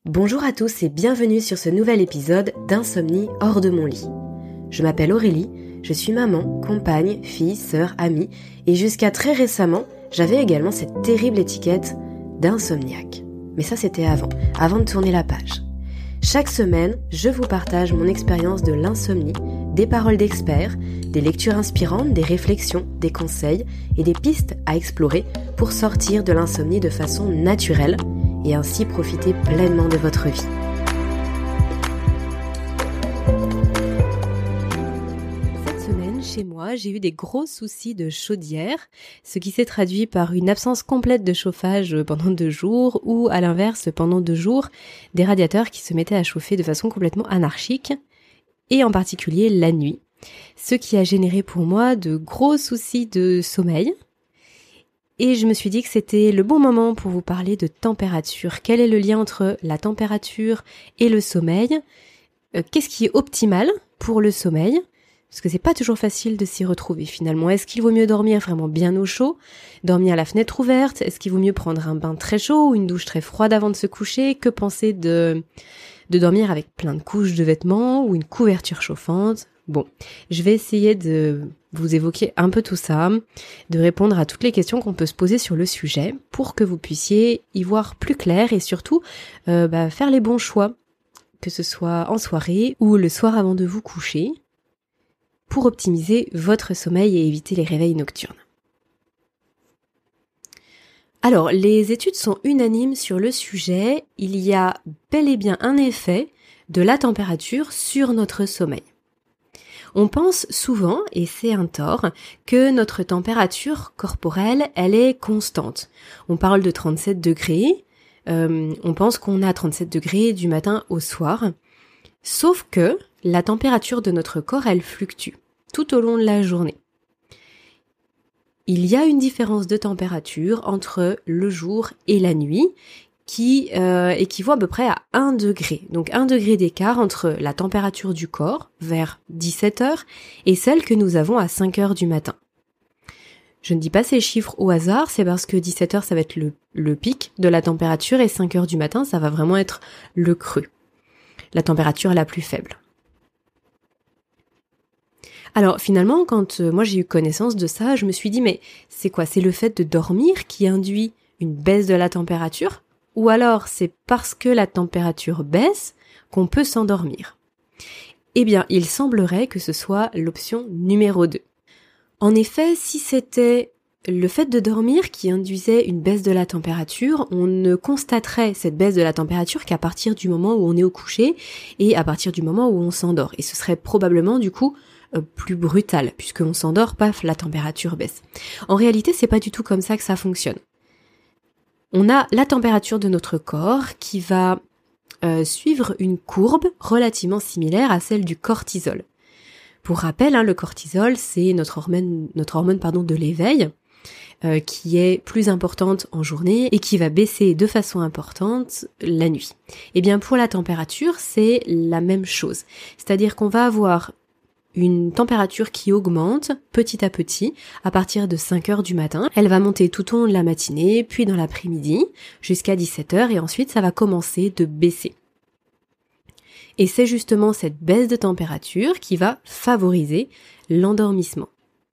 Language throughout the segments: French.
Bonjour à tous et bienvenue sur ce nouvel épisode d'Insomnie hors de mon lit. Je m'appelle Aurélie, je suis maman, compagne, fille, sœur, amie et jusqu'à très récemment, j'avais également cette terrible étiquette d'insomniaque. Mais ça c'était avant de tourner la page. Chaque semaine, je vous partage mon expérience de l'insomnie, des paroles d'experts, des lectures inspirantes, des réflexions, des conseils et des pistes à explorer pour sortir de l'insomnie de façon naturelle et ainsi profiter pleinement de votre vie. Cette semaine, chez moi, j'ai eu des gros soucis de chaudière, ce qui s'est traduit par une absence complète de chauffage pendant 2 jours ou à l'inverse, pendant 2 jours, des radiateurs qui se mettaient à chauffer de façon complètement anarchique et en particulier la nuit, ce qui a généré pour moi de gros soucis de sommeil. Et je me suis dit que c'était le bon moment pour vous parler de température. Quel est le lien entre la température et le sommeil ? Qu'est-ce qui est optimal pour le sommeil ? Parce que c'est pas toujours facile de s'y retrouver finalement. Est-ce qu'il vaut mieux dormir vraiment bien au chaud ? Dormir à la fenêtre ouverte ? Est-ce qu'il vaut mieux prendre un bain très chaud ou une douche très froide avant de se coucher ? Que penser de dormir avec plein de couches de vêtements ou une couverture chauffante ? Bon, je vais essayer de vous évoquer un peu tout ça, de répondre à toutes les questions qu'on peut se poser sur le sujet pour que vous puissiez y voir plus clair et surtout faire les bons choix, que ce soit en soirée ou le soir avant de vous coucher, pour optimiser votre sommeil et éviter les réveils nocturnes. Alors, les études sont unanimes sur le sujet, il y a bel et bien un effet de la température sur notre sommeil. On pense souvent, et c'est un tort, que notre température corporelle, elle est constante. On parle de 37 degrés, on pense qu'on a 37 degrés du matin au soir, sauf que la température de notre corps, elle fluctue tout au long de la journée. Il y a une différence de température entre le jour et la nuit, qui équivaut à peu près à 1 degré. Donc 1 degré d'écart entre la température du corps vers 17h et celle que nous avons à 5h du matin. Je ne dis pas ces chiffres au hasard, c'est parce que 17h ça va être le pic de la température et 5h du matin ça va vraiment être le creux, la température la plus faible. Alors finalement quand moi j'ai eu connaissance de ça, je me suis dit mais c'est quoi ? C'est le fait de dormir qui induit une baisse de la température ? Ou alors c'est parce que la température baisse qu'on peut s'endormir. Eh bien, il semblerait que ce soit l'option numéro 2. En effet, si c'était le fait de dormir qui induisait une baisse de la température, on ne constaterait cette baisse de la température qu'à partir du moment où on est au coucher et à partir du moment où on s'endort. Et ce serait probablement du coup plus brutal, puisqu'on s'endort, paf, la température baisse. En réalité, c'est pas du tout comme ça que ça fonctionne. On a la température de notre corps qui va suivre une courbe relativement similaire à celle du cortisol. Pour rappel, le cortisol, c'est notre hormone de l'éveil, qui est plus importante en journée et qui va baisser de façon importante la nuit. Et bien pour la température, c'est la même chose. C'est-à-dire qu'on va avoir une température qui augmente petit à petit à partir de 5h du matin. Elle va monter tout au long de la matinée, puis dans l'après-midi, jusqu'à 17h et ensuite ça va commencer de baisser. Et c'est justement cette baisse de température qui va favoriser l'endormissement.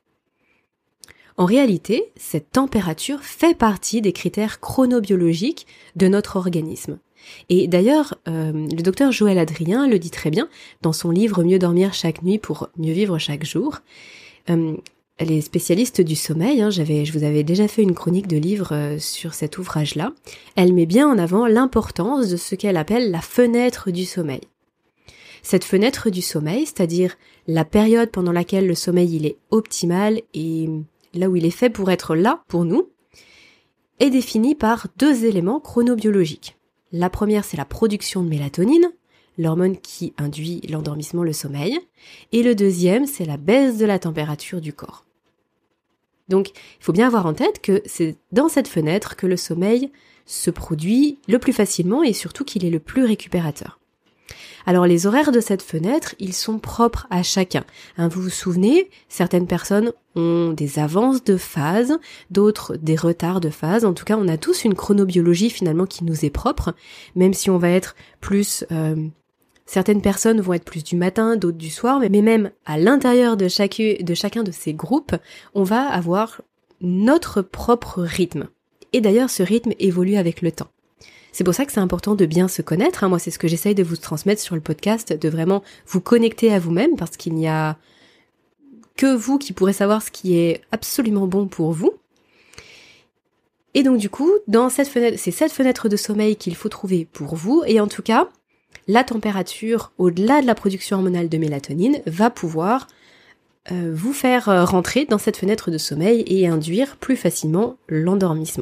En réalité, cette température fait partie des critères chronobiologiques de notre organisme. Et d'ailleurs, le docteur Joël Adrien le dit très bien dans son livre « Mieux dormir chaque nuit pour mieux vivre chaque jour ». Elle est spécialiste du sommeil, je vous avais déjà fait une chronique de livre sur cet ouvrage-là. Elle met bien en avant l'importance de ce qu'elle appelle la fenêtre du sommeil. Cette fenêtre du sommeil, c'est-à-dire la période pendant laquelle le sommeil il est optimal et là où il est fait pour être là, pour nous, est définie par 2 éléments chronobiologiques. La première, c'est la production de mélatonine, l'hormone qui induit l'endormissement, le sommeil. Et le deuxième, c'est la baisse de la température du corps. Donc, il faut bien avoir en tête que c'est dans cette fenêtre que le sommeil se produit le plus facilement et surtout qu'il est le plus récupérateur. Alors les horaires de cette fenêtre, ils sont propres à chacun. Vous vous souvenez, certaines personnes ont des avances de phase, d'autres des retards de phase. En tout cas, on a tous une chronobiologie finalement qui nous est propre, même si on va être plus... certaines personnes vont être plus du matin, d'autres du soir, mais même à l'intérieur de chacun de ces groupes, on va avoir notre propre rythme. Et d'ailleurs, ce rythme évolue avec le temps. C'est pour ça que c'est important de bien se connaître. Moi, c'est ce que j'essaye de vous transmettre sur le podcast, de vraiment vous connecter à vous-même, parce qu'il n'y a que vous qui pourrez savoir ce qui est absolument bon pour vous. Et donc du coup, dans cette fenêtre, c'est cette fenêtre de sommeil qu'il faut trouver pour vous. Et en tout cas, la température, au-delà de la production hormonale de mélatonine, va pouvoir vous faire rentrer dans cette fenêtre de sommeil et induire plus facilement l'endormissement.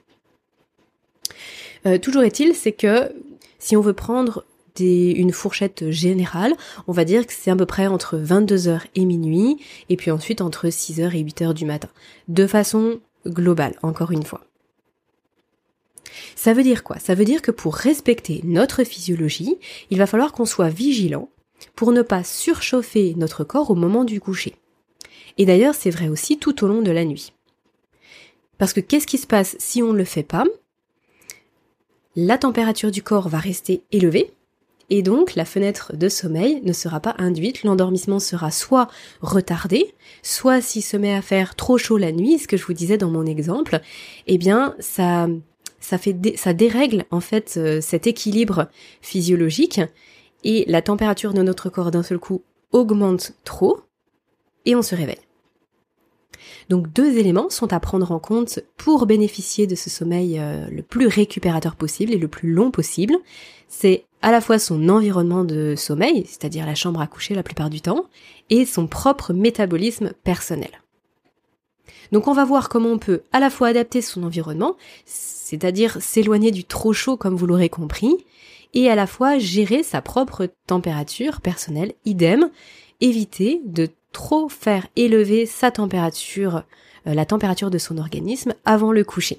Toujours est-il, c'est que si on veut prendre une fourchette générale, on va dire que c'est à peu près entre 22h et minuit, et puis ensuite entre 6h et 8h du matin. De façon globale, encore une fois. Ça veut dire quoi? Ça veut dire que pour respecter notre physiologie, il va falloir qu'on soit vigilant pour ne pas surchauffer notre corps au moment du coucher. Et d'ailleurs, c'est vrai aussi tout au long de la nuit. Parce que qu'est-ce qui se passe si on ne le fait pas? La température du corps va rester élevée, et donc la fenêtre de sommeil ne sera pas induite, l'endormissement sera soit retardé, soit s'il se met à faire trop chaud la nuit, ce que je vous disais dans mon exemple, eh bien ça dérègle en fait cet équilibre physiologique, et la température de notre corps d'un seul coup augmente trop, et on se réveille. Donc 2 éléments sont à prendre en compte pour bénéficier de ce sommeil le plus récupérateur possible et le plus long possible. C'est à la fois son environnement de sommeil, c'est-à-dire la chambre à coucher la plupart du temps, et son propre métabolisme personnel. Donc on va voir comment on peut à la fois adapter son environnement, c'est-à-dire s'éloigner du trop chaud comme vous l'aurez compris, et à la fois gérer sa propre température personnelle, idem, éviter de trop faire élever sa température, la température de son organisme avant le coucher.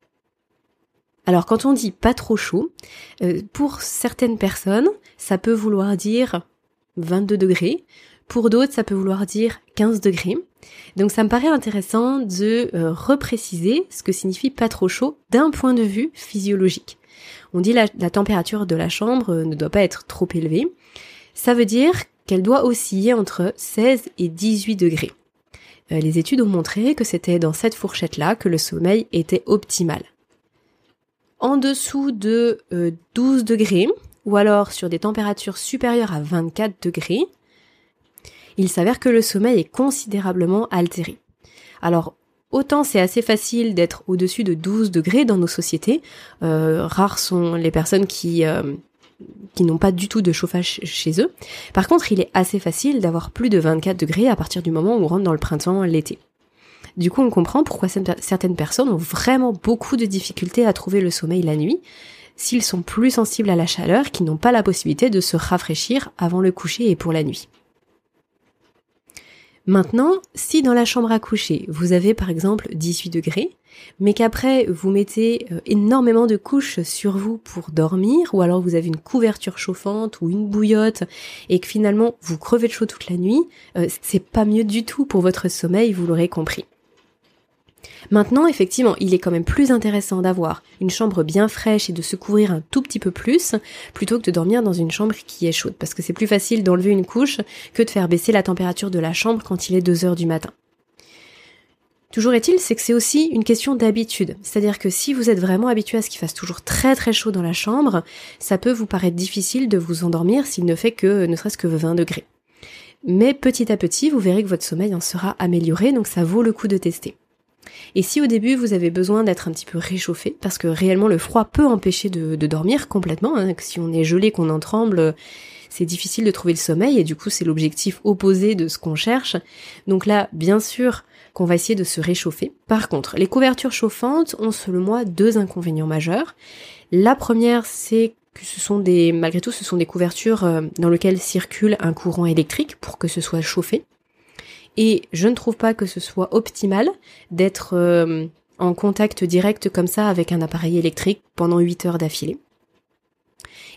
Alors quand on dit pas trop chaud, pour certaines personnes, ça peut vouloir dire 22 degrés, pour d'autres ça peut vouloir dire 15 degrés. Donc ça me paraît intéressant de repréciser ce que signifie pas trop chaud d'un point de vue physiologique. On dit la température de la chambre ne doit pas être trop élevée. Ça veut dire qu'elle doit osciller entre 16 et 18 degrés. Les études ont montré que c'était dans cette fourchette-là que le sommeil était optimal. En dessous de 12 degrés, ou alors sur des températures supérieures à 24 degrés, il s'avère que le sommeil est considérablement altéré. Alors, autant c'est assez facile d'être au-dessus de 12 degrés dans nos sociétés, rares sont les personnes qui n'ont pas du tout de chauffage chez eux. Par contre, il est assez facile d'avoir plus de 24 degrés à partir du moment où on rentre dans le printemps, l'été. Du coup, on comprend pourquoi certaines personnes ont vraiment beaucoup de difficultés à trouver le sommeil la nuit, s'ils sont plus sensibles à la chaleur, qu'ils n'ont pas la possibilité de se rafraîchir avant le coucher et pour la nuit. Maintenant, si dans la chambre à coucher, vous avez par exemple 18 degrés, mais qu'après vous mettez énormément de couches sur vous pour dormir, ou alors vous avez une couverture chauffante ou une bouillotte, et que finalement vous crevez de chaud toute la nuit, c'est pas mieux du tout pour votre sommeil, vous l'aurez compris. Maintenant, effectivement, il est quand même plus intéressant d'avoir une chambre bien fraîche et de se couvrir un tout petit peu plus, plutôt que de dormir dans une chambre qui est chaude, parce que c'est plus facile d'enlever une couche que de faire baisser la température de la chambre quand il est 2h du matin. Toujours est-il, c'est que c'est aussi une question d'habitude. C'est-à-dire que si vous êtes vraiment habitué à ce qu'il fasse toujours très très chaud dans la chambre, ça peut vous paraître difficile de vous endormir s'il ne fait que ne serait-ce que 20 degrés. Mais petit à petit, vous verrez que votre sommeil en sera amélioré, donc ça vaut le coup de tester. Et si au début vous avez besoin d'être un petit peu réchauffé, parce que réellement le froid peut empêcher de dormir complètement, que si on est gelé, qu'on en tremble, c'est difficile de trouver le sommeil, et du coup c'est l'objectif opposé de ce qu'on cherche. Donc là, bien sûr qu'on va essayer de se réchauffer. Par contre, les couvertures chauffantes ont selon moi 2 inconvénients majeurs. La première, c'est que malgré tout, ce sont des couvertures dans lesquelles circule un courant électrique pour que ce soit chauffé. Et je ne trouve pas que ce soit optimal d'être en contact direct comme ça avec un appareil électrique pendant 8 heures d'affilée.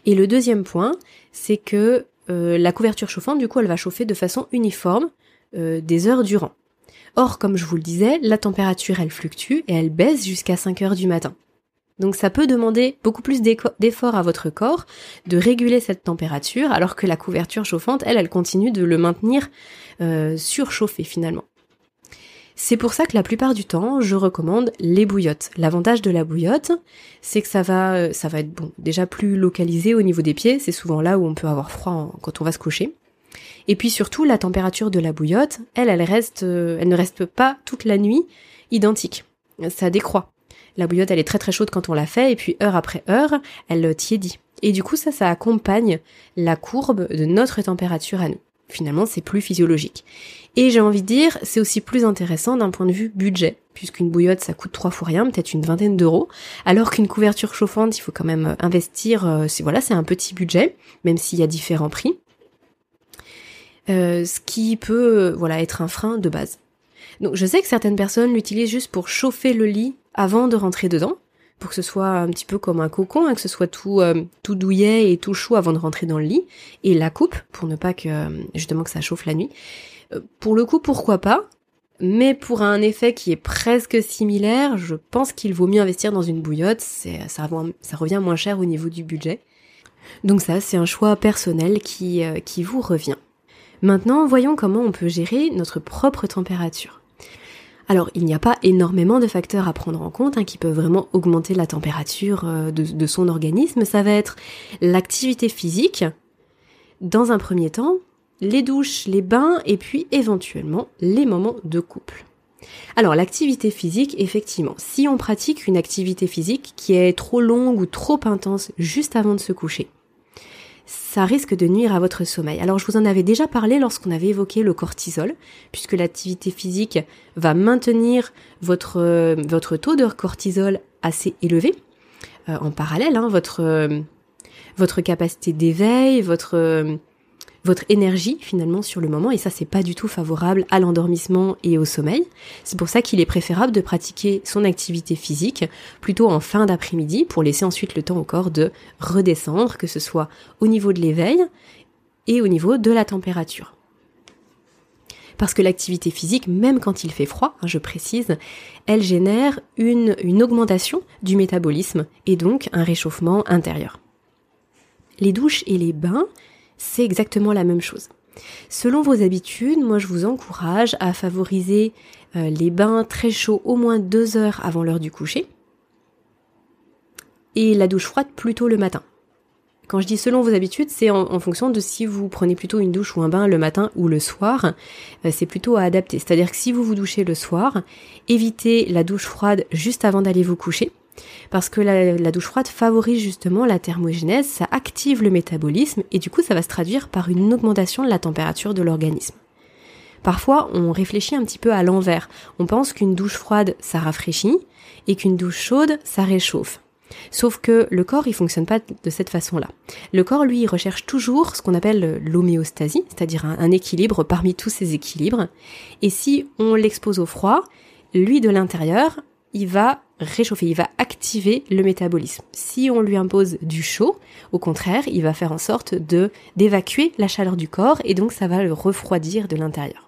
Et le deuxième point, c'est que la couverture chauffante, du coup, elle va chauffer de façon uniforme des heures durant. Or, comme je vous le disais, la température, elle fluctue et elle baisse jusqu'à 5 heures du matin. Donc ça peut demander beaucoup plus d'efforts à votre corps de réguler cette température, alors que la couverture chauffante, elle continue de le maintenir surchauffé finalement. C'est pour ça que la plupart du temps, je recommande les bouillottes. L'avantage de la bouillotte, c'est que ça va être déjà plus localisé au niveau des pieds. C'est souvent là où on peut avoir froid quand on va se coucher. Et puis surtout, la température de la bouillotte, elle ne reste pas toute la nuit identique. Ça décroît. La bouillotte, elle est très très chaude quand on la fait, et puis heure après heure, elle tiédit. Et du coup, ça accompagne la courbe de notre température à nous. Finalement, c'est plus physiologique. Et j'ai envie de dire, c'est aussi plus intéressant d'un point de vue budget, puisqu'une bouillotte, ça coûte 3 fois rien, peut-être une vingtaine d'euros, alors qu'une couverture chauffante, il faut quand même investir, c'est un petit budget, même s'il y a différents prix, ce qui peut être un frein de base. Donc je sais que certaines personnes l'utilisent juste pour chauffer le lit avant de rentrer dedans, pour que ce soit un petit peu comme un cocon, que ce soit tout douillet et tout chaud avant de rentrer dans le lit, et la coupe, pour ne pas que ça chauffe la nuit. Pour le coup, pourquoi pas, mais pour un effet qui est presque similaire, je pense qu'il vaut mieux investir dans une bouillotte, ça revient moins cher au niveau du budget. Donc ça, c'est un choix personnel qui vous revient. Maintenant, voyons comment on peut gérer notre propre température. Alors, il n'y a pas énormément de facteurs à prendre en compte qui peuvent vraiment augmenter la température de son organisme. Ça va être l'activité physique, dans un premier temps, les douches, les bains, et puis éventuellement les moments de couple. Alors, l'activité physique, effectivement, si on pratique une activité physique qui est trop longue ou trop intense juste avant de se coucher, ça risque de nuire à votre sommeil. Alors je vous en avais déjà parlé lorsqu'on avait évoqué le cortisol, puisque l'activité physique va maintenir votre taux de cortisol assez élevé. En parallèle, votre capacité d'éveil, votre énergie finalement sur le moment, et ça c'est pas du tout favorable à l'endormissement et au sommeil. C'est pour ça qu'il est préférable de pratiquer son activité physique plutôt en fin d'après-midi pour laisser ensuite le temps au corps de redescendre, que ce soit au niveau de l'éveil et au niveau de la température. Parce que l'activité physique, même quand il fait froid, je précise, elle génère une augmentation du métabolisme et donc un réchauffement intérieur. Les douches et les bains, c'est exactement la même chose. Selon vos habitudes, moi je vous encourage à favoriser les bains très chauds au moins 2 heures avant l'heure du coucher et la douche froide plutôt le matin. Quand je dis selon vos habitudes, c'est en fonction de si vous prenez plutôt une douche ou un bain le matin ou le soir, c'est plutôt à adapter. C'est-à-dire que si vous vous douchez le soir, évitez la douche froide juste avant d'aller vous coucher, parce que la douche froide favorise justement la thermogénèse, ça active le métabolisme et du coup ça va se traduire par une augmentation de la température de l'organisme. Parfois on réfléchit un petit peu à l'envers, on pense qu'une douche froide ça rafraîchit et qu'une douche chaude ça réchauffe. Sauf que le corps il fonctionne pas de cette façon-là. Le corps lui il recherche toujours ce qu'on appelle l'homéostasie, c'est-à-dire un équilibre parmi tous ces équilibres, et si on l'expose au froid, lui de l'intérieur il va réchauffer, il va activer le métabolisme. Si on lui impose du chaud, au contraire, il va faire en sorte d'évacuer la chaleur du corps et donc ça va le refroidir de l'intérieur.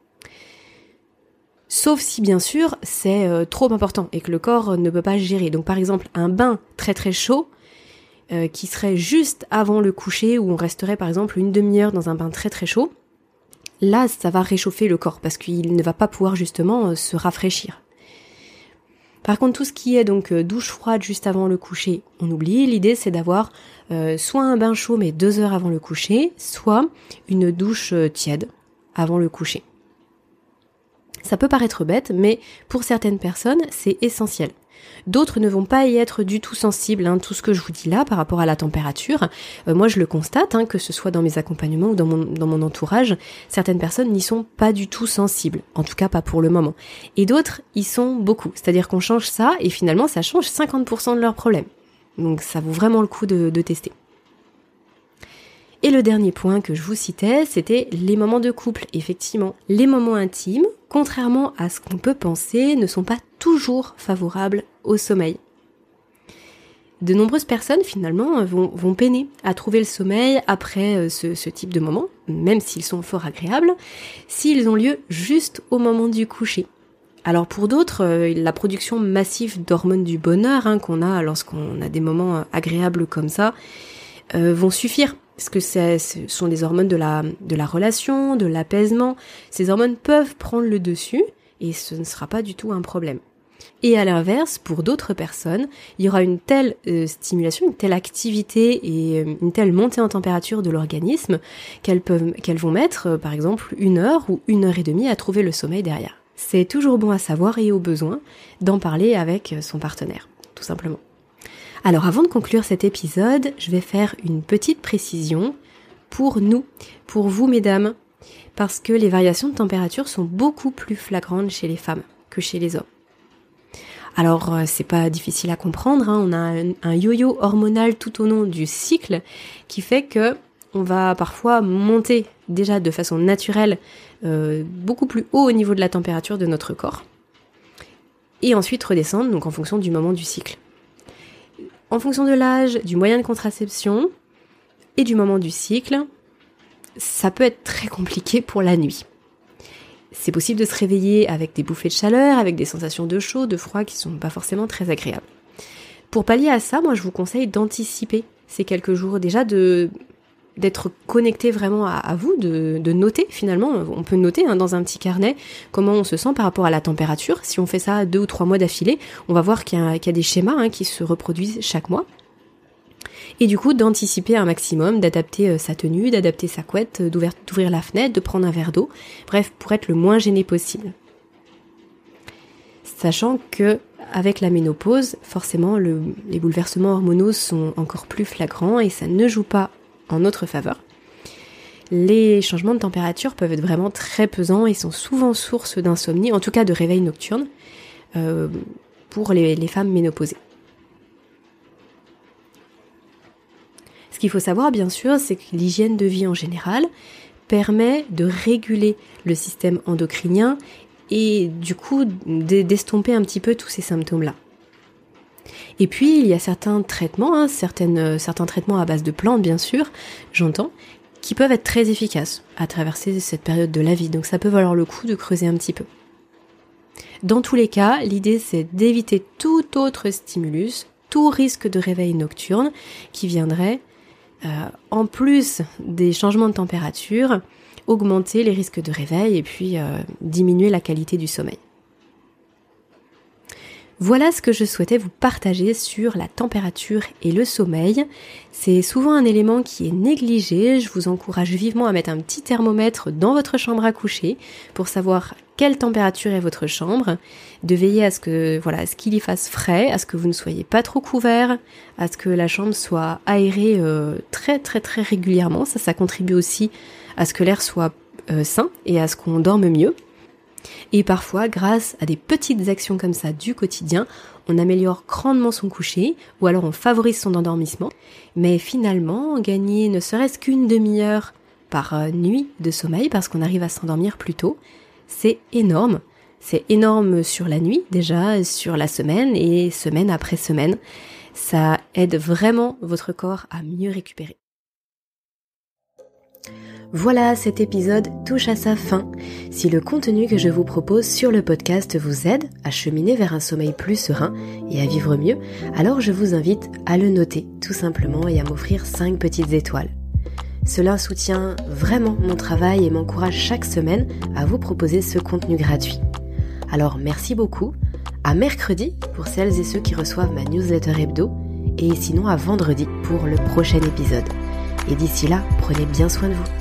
Sauf si bien sûr c'est trop important et que le corps ne peut pas gérer. Donc par exemple un bain très très chaud qui serait juste avant le coucher où on resterait par exemple une demi-heure dans un bain très très chaud, là ça va réchauffer le corps parce qu'il ne va pas pouvoir justement se rafraîchir. Par contre, tout ce qui est donc douche froide juste avant le coucher, on oublie. L'idée, c'est d'avoir soit un bain chaud mais 2 heures avant le coucher, soit une douche tiède avant le coucher. Ça peut paraître bête, mais pour certaines personnes, c'est essentiel. D'autres ne vont pas y être du tout sensibles, tout ce que je vous dis là par rapport à la température. Moi, je le constate, que ce soit dans mes accompagnements ou dans mon entourage, certaines personnes n'y sont pas du tout sensibles, en tout cas pas pour le moment. Et d'autres y sont beaucoup, c'est-à-dire qu'on change ça et finalement ça change 50% de leurs problèmes. Donc ça vaut vraiment le coup de tester. Et le dernier point que je vous citais, c'était les moments de couple. Effectivement, les moments intimes, contrairement à ce qu'on peut penser, ne sont pas toujours favorables au sommeil. De nombreuses personnes finalement vont peiner à trouver le sommeil après ce type de moment, même s'ils sont fort agréables, s'ils ont lieu juste au moment du coucher. Alors pour d'autres, la production massive d'hormones du bonheur qu'on a lorsqu'on a des moments agréables comme ça vont suffire. Parce que ce sont des hormones de la relation, de l'apaisement. Ces hormones peuvent prendre le dessus et ce ne sera pas du tout un problème. Et à l'inverse, pour d'autres personnes, il y aura une telle stimulation, une telle activité et une telle montée en température de l'organisme qu'elles vont mettre, par exemple, 1 heure ou 1 heure et demie à trouver le sommeil derrière. C'est toujours bon à savoir et au besoin d'en parler avec son partenaire, tout simplement. Alors avant de conclure cet épisode, je vais faire une petite précision pour nous, pour vous mesdames, parce que les variations de température sont beaucoup plus flagrantes chez les femmes que chez les hommes. Alors c'est pas difficile à comprendre, on a un yo-yo hormonal tout au long du cycle qui fait que on va parfois monter déjà de façon naturelle beaucoup plus haut au niveau de la température de notre corps et ensuite redescendre donc en fonction du moment du cycle. En fonction de l'âge, du moyen de contraception et du moment du cycle, ça peut être très compliqué pour la nuit. C'est possible de se réveiller avec des bouffées de chaleur, avec des sensations de chaud, de froid qui sont pas forcément très agréables. Pour pallier à ça, moi je vous conseille d'anticiper ces quelques jours déjà, d'être connecté vraiment à vous, de noter finalement. On peut noter dans un petit carnet comment on se sent par rapport à la température. Si on fait ça 2 ou 3 mois d'affilée, on va voir qu'il y a des schémas qui se reproduisent chaque mois. Et du coup, d'anticiper un maximum, d'adapter sa tenue, d'adapter sa couette, d'ouvrir la fenêtre, de prendre un verre d'eau. Bref, pour être le moins gêné possible. Sachant que avec la ménopause, forcément, les bouleversements hormonaux sont encore plus flagrants et ça ne joue pas en notre faveur. Les changements de température peuvent être vraiment très pesants et sont souvent source d'insomnie, en tout cas de réveil nocturne, pour les femmes ménopausées. Ce qu'il faut savoir, bien sûr, c'est que l'hygiène de vie en général permet de réguler le système endocrinien et du coup d'estomper un petit peu tous ces symptômes-là. Et puis, il y a certains traitements, certains traitements à base de plantes, bien sûr, j'entends, qui peuvent être très efficaces à traverser cette période de la vie. Donc ça peut valoir le coup de creuser un petit peu. Dans tous les cas, l'idée c'est d'éviter tout autre stimulus, tout risque de réveil nocturne qui viendrait, en plus des changements de température, augmenter les risques de réveil et puis diminuer la qualité du sommeil. Voilà ce que je souhaitais vous partager sur la température et le sommeil. C'est souvent un élément qui est négligé. Je vous encourage vivement à mettre un petit thermomètre dans votre chambre à coucher pour savoir quelle température est votre chambre, de veiller à ce qu'il y fasse frais, à ce que vous ne soyez pas trop couvert, à ce que la chambre soit aérée très très très régulièrement. Ça contribue aussi à ce que l'air soit sain et à ce qu'on dorme mieux. Et parfois, grâce à des petites actions comme ça du quotidien, on améliore grandement son coucher ou alors on favorise son endormissement. Mais finalement, gagner ne serait-ce qu'une demi-heure par nuit de sommeil parce qu'on arrive à s'endormir plus tôt, c'est énorme. C'est énorme sur la nuit déjà, sur la semaine et semaine après semaine. Ça aide vraiment votre corps à mieux récupérer. Voilà, cet épisode touche à sa fin. Si le contenu que je vous propose sur le podcast vous aide à cheminer vers un sommeil plus serein et à vivre mieux, alors je vous invite à le noter tout simplement et à m'offrir 5 petites étoiles. Cela soutient vraiment mon travail et m'encourage chaque semaine à vous proposer ce contenu gratuit. Alors merci beaucoup, à mercredi pour celles et ceux qui reçoivent ma newsletter hebdo et sinon à vendredi pour le prochain épisode. Et d'ici là, prenez bien soin de vous.